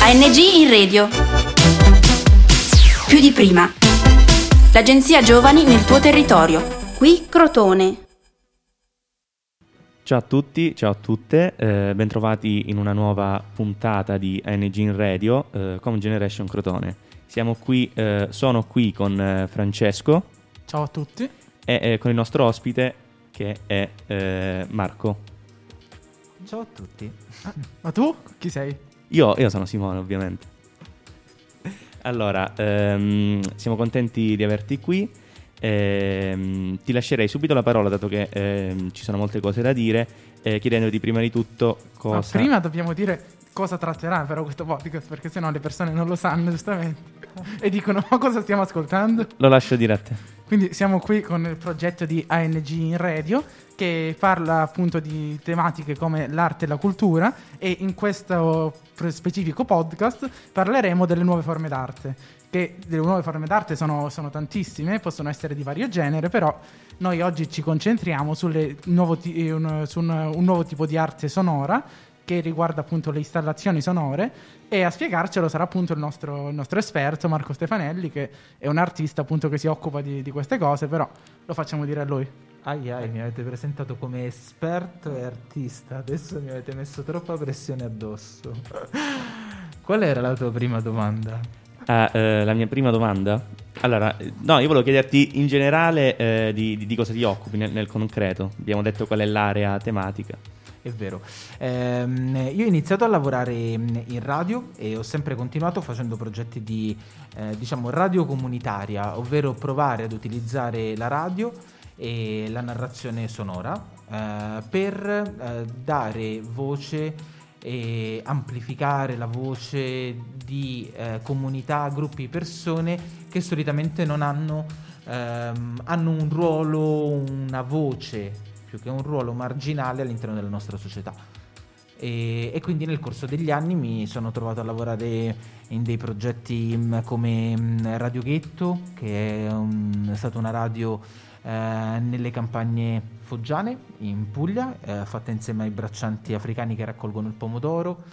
ANG in radio. Più di prima. L'agenzia Giovani nel tuo territorio. Qui Crotone. Ciao a tutti, ciao a tutte, bentrovati in una nuova puntata di ANG in radio con Generation Crotone. Sono qui con Francesco. Ciao a tutti. E con il nostro ospite che è Marco. Ciao a tutti. Ma tu? Chi sei? Io sono Simone, ovviamente. Allora, siamo contenti di averti qui. Ti lascerei subito la parola, dato che ci sono molte cose da dire, chiedendoti prima di tutto cosa... Ma prima dobbiamo dire cosa tratterà però questo podcast, perché sennò le persone non lo sanno, giustamente, e dicono: ma cosa stiamo ascoltando? Lo lascio dire a te. Quindi siamo qui con il progetto di ANG in radio, che parla appunto di tematiche come l'arte e la cultura, e in questo specifico podcast parleremo delle nuove forme d'arte. Che delle nuove forme d'arte sono tantissime, possono essere di vario genere, però noi oggi ci concentriamo su un nuovo tipo di arte sonora che riguarda appunto le installazioni sonore, e a spiegarcelo sarà appunto il nostro esperto Marco Stefanelli, che è un artista appunto che si occupa di queste cose, però lo facciamo dire a lui. Mi avete presentato come esperto e artista, adesso mi avete messo troppa pressione addosso. Qual era la tua prima domanda? La mia prima domanda? Allora, no, io volevo chiederti in generale di cosa ti occupi nel concreto. Abbiamo detto qual è l'area tematica. È vero. Io ho iniziato a lavorare in radio e ho sempre continuato facendo progetti di radio comunitaria, ovvero provare ad utilizzare la radio e la narrazione sonora per dare voce e amplificare la voce di comunità, gruppi, persone che solitamente non hanno un ruolo, una voce, più che un ruolo marginale all'interno della nostra società. E quindi nel corso degli anni mi sono trovato a lavorare in dei progetti come Radio Ghetto, che è stata una radio nelle campagne foggiane in Puglia, fatta insieme ai braccianti africani che raccolgono il pomodoro,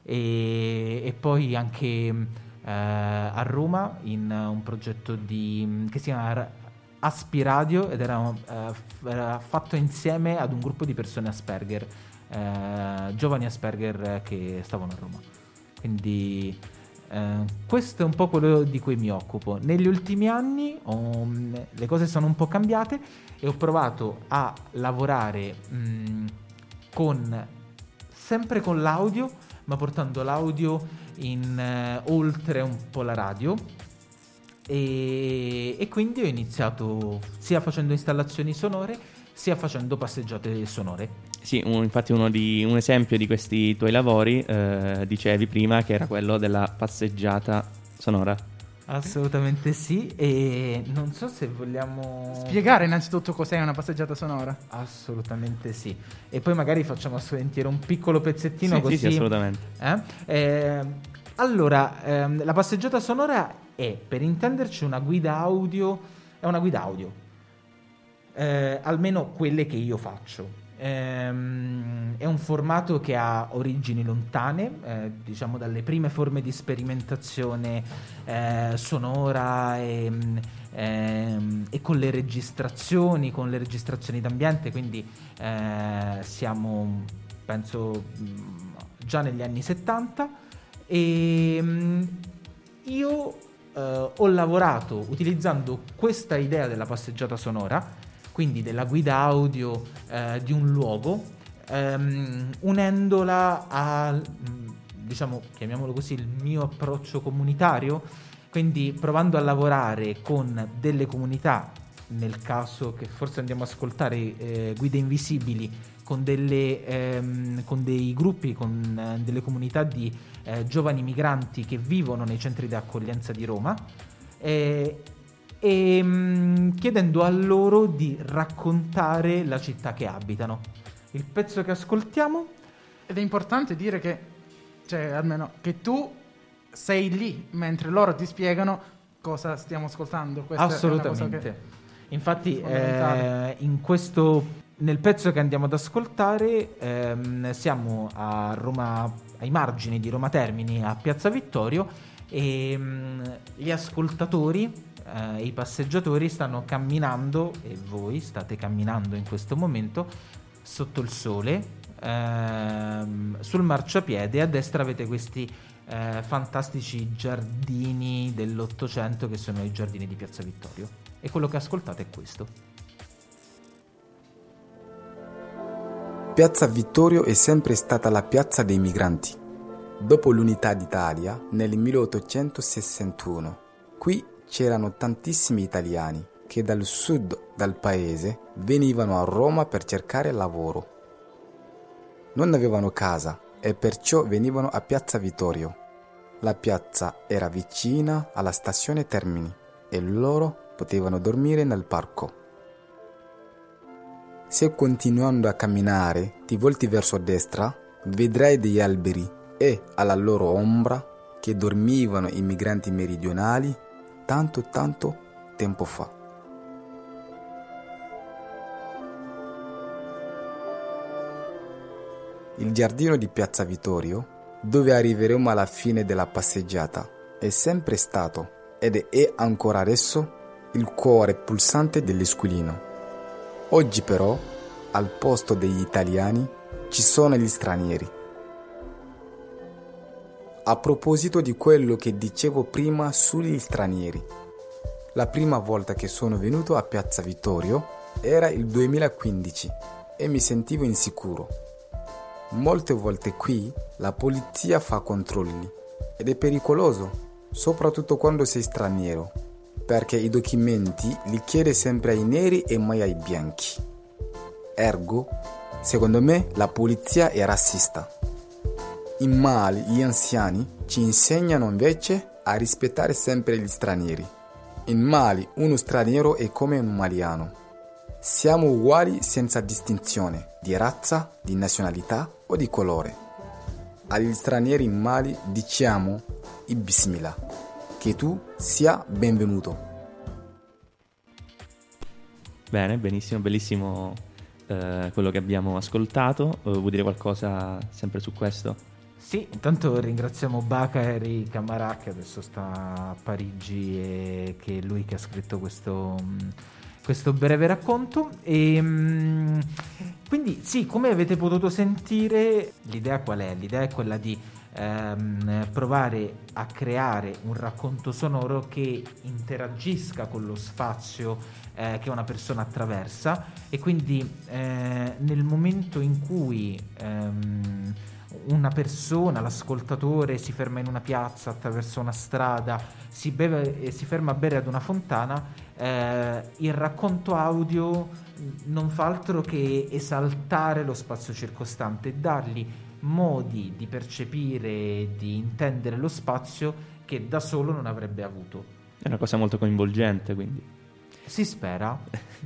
e poi anche a Roma in un progetto che si chiama Aspiradio, ed era fatto insieme ad un gruppo di persone Asperger, giovani Asperger che stavano a Roma. Quindi questo è un po' quello di cui mi occupo. Negli ultimi anni le cose sono un po' cambiate e ho provato a lavorare sempre con l'audio, ma portando l'audio oltre un po' la radio. E quindi ho iniziato sia facendo installazioni sonore sia facendo passeggiate sonore. Sì, infatti un esempio di questi tuoi lavori dicevi prima che era quello della passeggiata sonora. Assolutamente sì, e non so se vogliamo spiegare innanzitutto cos'è una passeggiata sonora. Assolutamente sì, e poi magari facciamo volentieri un piccolo pezzettino, così. Sì, assolutamente. Allora, la passeggiata sonora è, per intenderci, una guida audio. È una guida audio, almeno quelle che io faccio. È un formato che ha origini lontane, diciamo dalle prime forme di sperimentazione sonora e con le registrazioni d'ambiente, quindi siamo, penso, già negli anni 70. E io ho lavorato utilizzando questa idea della passeggiata sonora, quindi della guida audio di un luogo, unendola a, diciamo, chiamiamolo così, il mio approccio comunitario, quindi provando a lavorare con delle comunità, nel caso che forse andiamo a ascoltare Guide Invisibili, con dei gruppi, con delle comunità di giovani migranti che vivono nei centri di accoglienza di Roma, e chiedendo a loro di raccontare la città che abitano. Il pezzo che ascoltiamo, ed è importante dire che, cioè, almeno che tu sei lì mentre loro ti spiegano cosa stiamo ascoltando. Questa assolutamente. È una cosa che infatti nel pezzo che andiamo ad ascoltare siamo a Roma ai margini di Roma Termini a Piazza Vittorio e gli ascoltatori i passeggiatori stanno camminando, e voi state camminando in questo momento sotto il sole sul marciapiede. A destra avete questi fantastici giardini dell'Ottocento che sono i giardini di Piazza Vittorio, e quello che ascoltate è questo. Piazza Vittorio è sempre stata la piazza dei migranti. Dopo l'unità d'Italia, nel 1861, qui c'erano tantissimi italiani che dal sud del paese venivano a Roma per cercare lavoro. Non avevano casa e perciò venivano a Piazza Vittorio. La piazza era vicina alla stazione Termini e loro potevano dormire nel parco. Se continuando a camminare ti volti verso destra, vedrai degli alberi e alla loro ombra che dormivano i migranti meridionali tanto tempo fa. Il giardino di Piazza Vittorio, dove arriveremo alla fine della passeggiata, è sempre stato ed è ancora adesso il cuore pulsante dell'Esquilino. Oggi però, al posto degli italiani, ci sono gli stranieri. A proposito di quello che dicevo prima sugli stranieri, la prima volta che sono venuto a Piazza Vittorio era il 2015 e mi sentivo insicuro. Molte volte qui la polizia fa controlli ed è pericoloso, soprattutto quando sei straniero, perché i documenti li chiede sempre ai neri e mai ai bianchi. Ergo, secondo me la polizia è razzista. In Mali gli anziani ci insegnano invece a rispettare sempre gli stranieri. In Mali uno straniero è come un maliano. Siamo uguali senza distinzione di razza, di nazionalità o di colore. Agli stranieri in Mali diciamo i Bismillah, che tu sia benvenuto. Bene, benissimo, bellissimo quello che abbiamo ascoltato. Vuoi dire qualcosa sempre su questo? Sì, intanto ringraziamo Bakary Camara, che adesso sta a Parigi, e che è lui che ha scritto questo breve racconto. E quindi sì, come avete potuto sentire, l'idea qual è? L'idea è quella di provare a creare un racconto sonoro che interagisca con lo spazio che una persona attraversa, e quindi nel momento in cui una persona, l'ascoltatore, si ferma in una piazza, attraverso una strada, si ferma a bere ad una fontana, il racconto audio non fa altro che esaltare lo spazio circostante e dargli modi di percepire e di intendere lo spazio che da solo non avrebbe avuto. È una cosa molto coinvolgente, quindi. Si spera.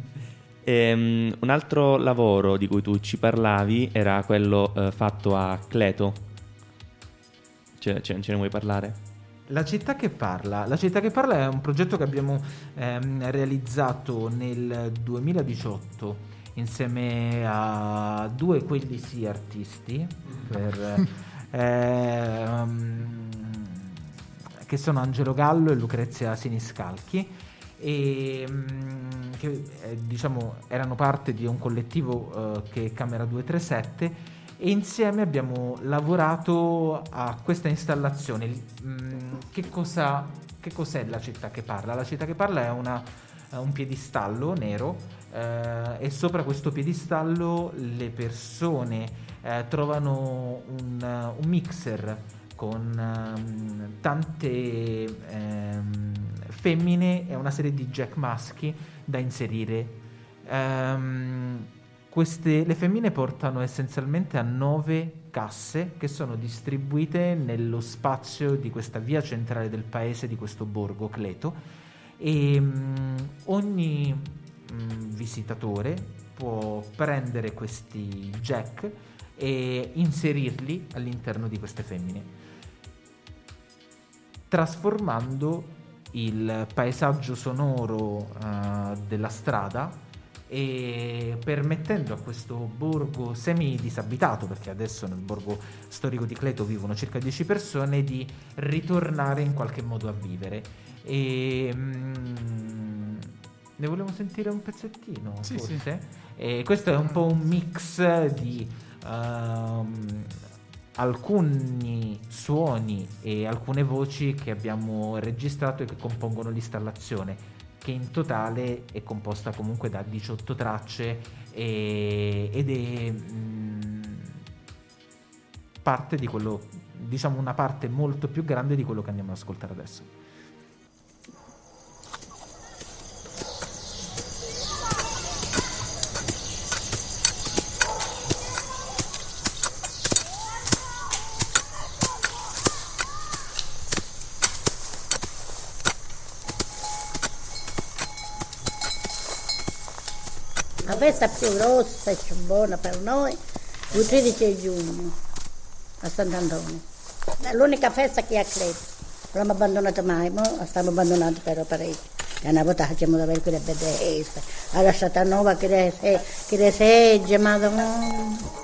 Un altro lavoro di cui tu ci parlavi era quello fatto a Cleto. Ce ne vuoi parlare? La città che parla è un progetto che abbiamo realizzato nel 2018 insieme a due quelli sì artisti che sono Angelo Gallo e Lucrezia Siniscalchi, e che diciamo erano parte di un collettivo che è Camera 237, e insieme abbiamo lavorato a questa installazione. Che cos'è la città che parla? La città che parla è un piedistallo nero, e sopra questo piedistallo le persone trovano un mixer con tante femmine e una serie di jack maschi da inserire. Le femmine portano essenzialmente a 9 casse che sono distribuite nello spazio di questa via centrale del paese, di questo borgo Cleto, e ogni visitatore può prendere questi jack e inserirli all'interno di queste femmine, trasformando il paesaggio sonoro della strada e permettendo a questo borgo semi-disabitato, perché adesso nel borgo storico di Cleto vivono circa 10 persone, di ritornare in qualche modo a vivere. E ne volevo sentire un pezzettino, Sì, forse? sì. E questo è un po' un mix di alcuni suoni e alcune voci che abbiamo registrato e che compongono l'installazione, che in totale è composta comunque da 18 tracce ed è parte di quello, diciamo una parte molto più grande di quello che andiamo ad ascoltare adesso. La festa più grossa e più buona per noi è il 13 giugno a Sant'Antonio. È l'unica festa che ha Cleto. Non l'abbiamo abbandonata mai, ma stiamo abbandonando però parecchio. E una volta facciamo da vedere quelle bellezze. Alla Satanova che le segge, madonna.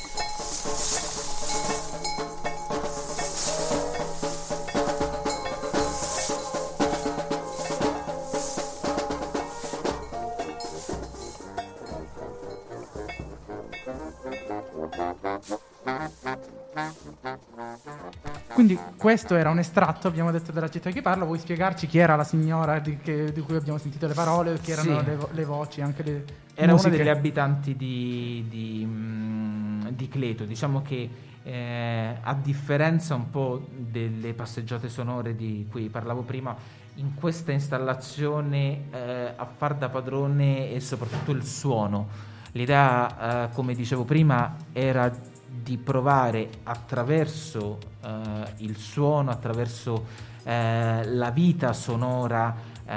Quindi questo era un estratto, abbiamo detto, della città che parla. Vuoi spiegarci chi era la signora di cui abbiamo sentito le parole, chi erano le voci, anche le era musiche? una delle abitanti di Cleto. Diciamo che a differenza un po' delle passeggiate sonore di cui parlavo prima, in questa installazione a far da padrone è soprattutto il suono. L'idea, come dicevo prima, era di provare attraverso il suono, attraverso la vita sonora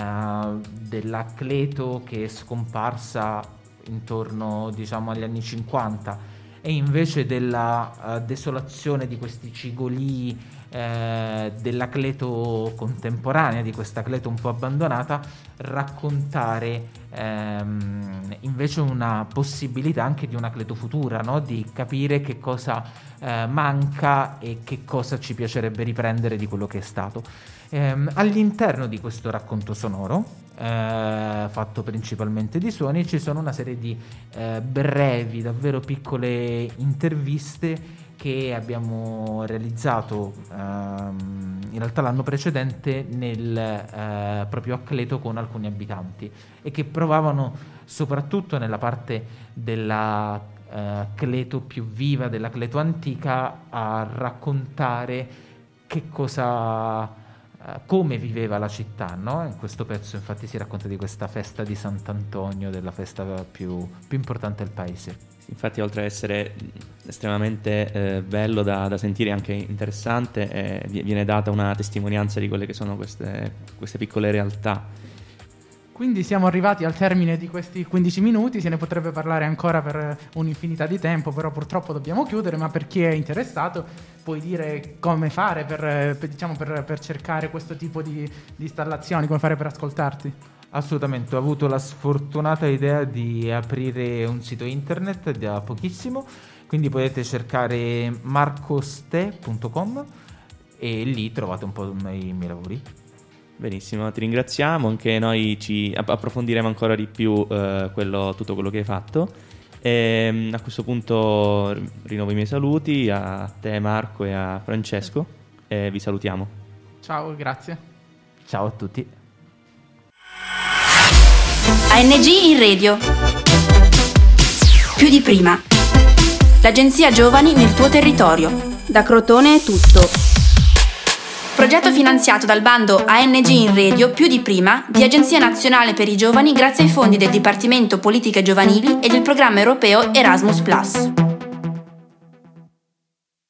della Cleto che è scomparsa intorno, diciamo, agli anni 50, e invece della desolazione di questi cigolii della Cleto contemporanea, di questa Cleto un po' abbandonata, raccontare invece una possibilità anche di una Cleto futura, no? Di capire che cosa manca e che cosa ci piacerebbe riprendere di quello che è stato. All'interno di questo racconto sonoro, fatto principalmente di suoni, ci sono una serie di brevi, davvero piccole interviste che abbiamo realizzato in realtà l'anno precedente proprio a Cleto con alcuni abitanti, e che provavano soprattutto nella parte della Cleto più viva, della Cleto antica, a raccontare che cosa, come viveva la città, no? In questo pezzo infatti si racconta di questa festa di Sant'Antonio, della festa più importante del paese. Infatti, oltre ad essere estremamente bello da sentire, anche interessante, viene data una testimonianza di quelle che sono queste piccole realtà. Quindi siamo arrivati al termine di questi 15 minuti, se ne potrebbe parlare ancora per un'infinità di tempo, però purtroppo dobbiamo chiudere. Ma per chi è interessato, puoi dire come fare per cercare questo tipo di installazioni, come fare per ascoltarti? Assolutamente, ho avuto la sfortunata idea di aprire un sito internet da pochissimo, quindi potete cercare marcoste.com e lì trovate un po' i miei lavori. Benissimo, ti ringraziamo, anche noi ci approfondiremo ancora di più tutto quello che hai fatto. E a questo punto rinnovo i miei saluti a te, Marco, e a Francesco, e vi salutiamo. Ciao, grazie. Ciao a tutti. ANG in radio. Più di prima. L'agenzia Giovani nel tuo territorio. Da Crotone è tutto. Progetto finanziato dal bando ANG in radio più di prima di Agenzia Nazionale per i Giovani grazie ai fondi del Dipartimento Politiche Giovanili e del programma europeo Erasmus+.